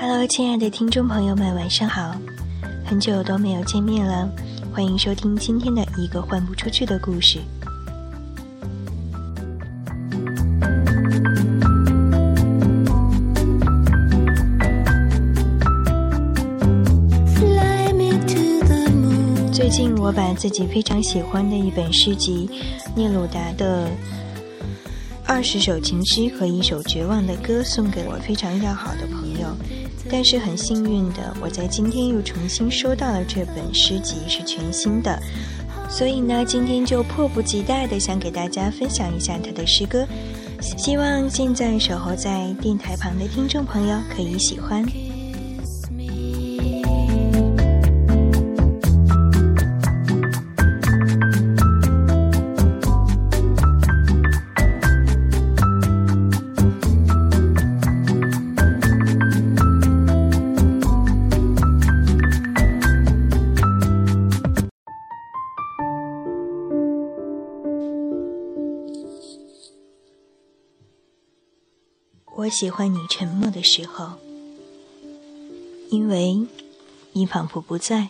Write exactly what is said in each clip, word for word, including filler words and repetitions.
Hello， 亲爱的听众朋友们，晚上好！很久都没有见面了，欢迎收听今天的一个换不出去的故事。最近我把自己非常喜欢的一本诗集聂鲁达的二十首情诗和一首绝望的歌送给我非常要好的朋友，但是很幸运的，我在今天又重新收到了这本诗集，是全新的，所以呢，今天就迫不及待的想给大家分享一下他的诗歌，希望现在守候在电台旁的听众朋友可以喜欢。我喜欢你沉默的时候，因为你仿佛不在，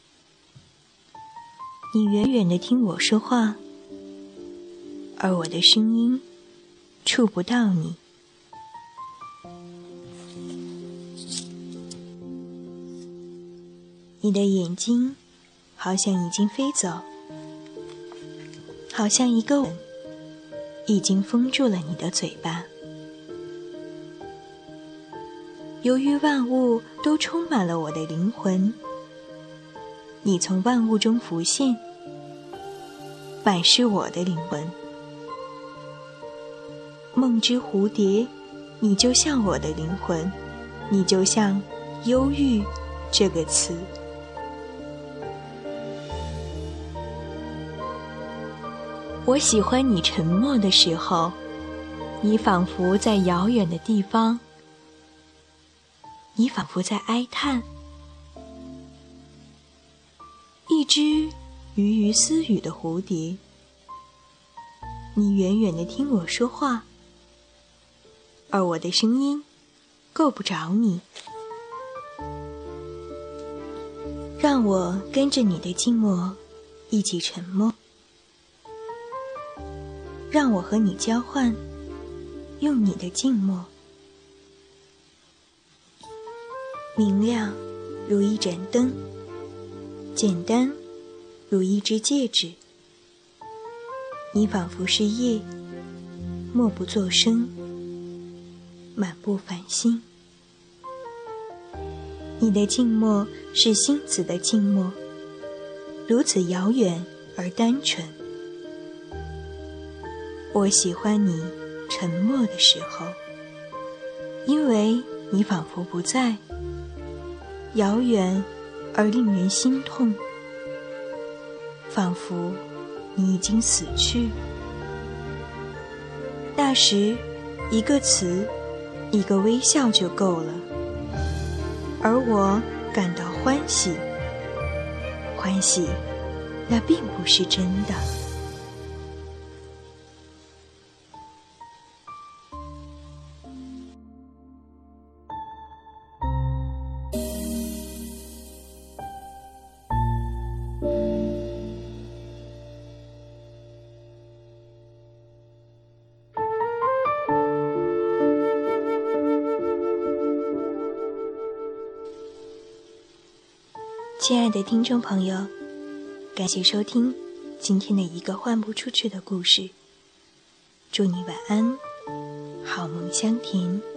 你远远地听我说话，而我的声音触不到你。你的眼睛好像已经飞走，好像一个吻已经封住了你的嘴巴。由于万物都充满了我的灵魂，你从万物中浮现，满是我的灵魂。梦之蝴蝶，你就像我的灵魂，你就像忧郁这个词。我喜欢你沉默的时候，你仿佛在遥远的地方，你仿佛在哀叹。一只鱼鱼私语的蝴蝶，你远远地听我说话，而我的声音够不着你。让我跟着你的静默一起沉默，让我和你交换，用你的静默。明亮如一盏灯，简单如一只戒指。你仿佛是夜，默不作声，满不繁星。你的静默是星子的静默，如此遥远而单纯。我喜欢你沉默的时候，因为你仿佛不在，遥远而令人心痛，仿佛你已经死去。那时，一个词，一个微笑就够了，而我感到欢喜，欢喜，那并不是真的。亲爱的听众朋友，感谢收听今天的一个换不出去的故事，祝你晚安，好梦香甜。